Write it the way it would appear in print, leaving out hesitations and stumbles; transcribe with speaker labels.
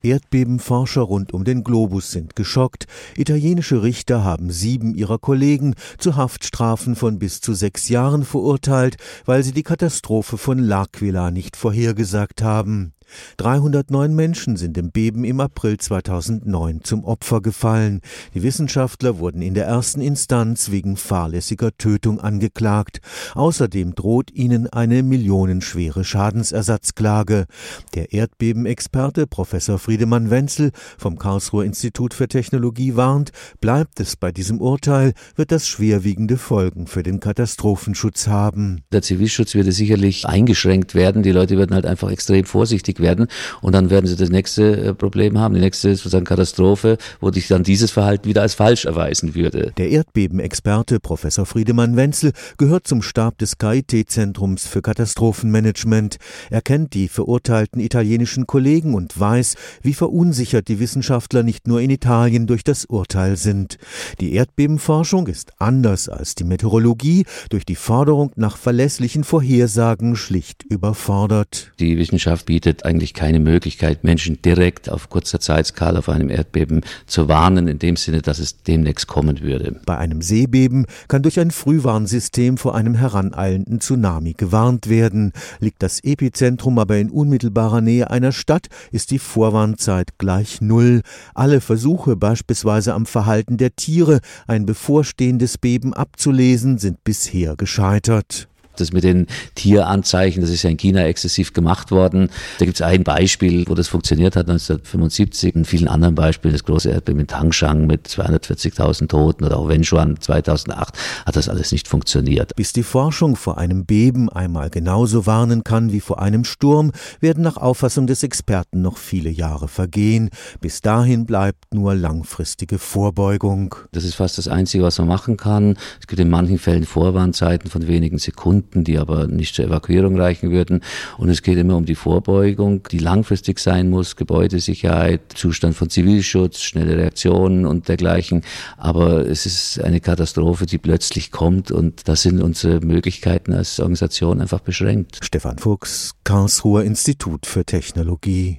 Speaker 1: Erdbebenforscher rund um den Globus sind geschockt. Italienische Richter haben 7 ihrer Kollegen zu Haftstrafen von bis zu 6 Jahren verurteilt, weil sie die Katastrophe von L'Aquila nicht vorhergesagt haben. 309 Menschen sind dem Beben im April 2009 zum Opfer gefallen. Die Wissenschaftler wurden in der ersten Instanz wegen fahrlässiger Tötung angeklagt. Außerdem droht ihnen eine millionenschwere Schadensersatzklage. Der Erdbebenexperte Professor Friedemann Wenzel vom Karlsruher Institut für Technologie warnt, bleibt es bei diesem Urteil, wird das schwerwiegende Folgen für den Katastrophenschutz haben.
Speaker 2: Der Zivilschutz würde sicherlich eingeschränkt werden. Die Leute werden halt einfach extrem vorsichtig werden und dann werden sie das nächste Problem haben, die nächste sozusagen Katastrophe, wo sich dann dieses Verhalten wieder als falsch erweisen würde.
Speaker 1: Der Erdbebenexperte Professor Friedemann Wenzel gehört zum Stab des KIT-Zentrums für Katastrophenmanagement. Er kennt die verurteilten italienischen Kollegen und weiß, wie verunsichert die Wissenschaftler nicht nur in Italien durch das Urteil sind. Die Erdbebenforschung ist anders als die Meteorologie durch die Forderung nach verlässlichen Vorhersagen schlicht überfordert.
Speaker 2: Die Wissenschaft bietet eigentlich keine Möglichkeit, Menschen direkt auf kurzer Zeitskala auf einem Erdbeben zu warnen, in dem Sinne, dass es demnächst kommen würde.
Speaker 1: Bei einem Seebeben kann durch ein Frühwarnsystem vor einem heraneilenden Tsunami gewarnt werden. Liegt das Epizentrum aber in unmittelbarer Nähe einer Stadt, ist die Vorwarnzeit gleich 0. Alle Versuche, beispielsweise am Verhalten der Tiere, ein bevorstehendes Beben abzulesen, sind bisher gescheitert.
Speaker 2: Das mit den Tieranzeichen, das ist ja in China exzessiv gemacht worden. Da gibt es ein Beispiel, wo das funktioniert hat, 1975. In vielen anderen Beispielen, das große Erdbeben in Tangshan mit 240.000 Toten oder auch Wenchuan 2008, hat das alles nicht funktioniert.
Speaker 1: Bis die Forschung vor einem Beben einmal genauso warnen kann wie vor einem Sturm, werden nach Auffassung des Experten noch viele Jahre vergehen. Bis dahin bleibt nur langfristige Vorbeugung.
Speaker 2: Das ist fast das Einzige, was man machen kann. Es gibt in manchen Fällen Vorwarnzeiten von wenigen Sekunden, die aber nicht zur Evakuierung reichen würden. Und es geht immer um die Vorbeugung, die langfristig sein muss, Gebäudesicherheit, Zustand von Zivilschutz, schnelle Reaktionen und dergleichen. Aber es ist eine Katastrophe, die plötzlich kommt und da sind unsere Möglichkeiten als Organisation einfach beschränkt.
Speaker 1: Stefan Fuchs, Karlsruher Institut für Technologie.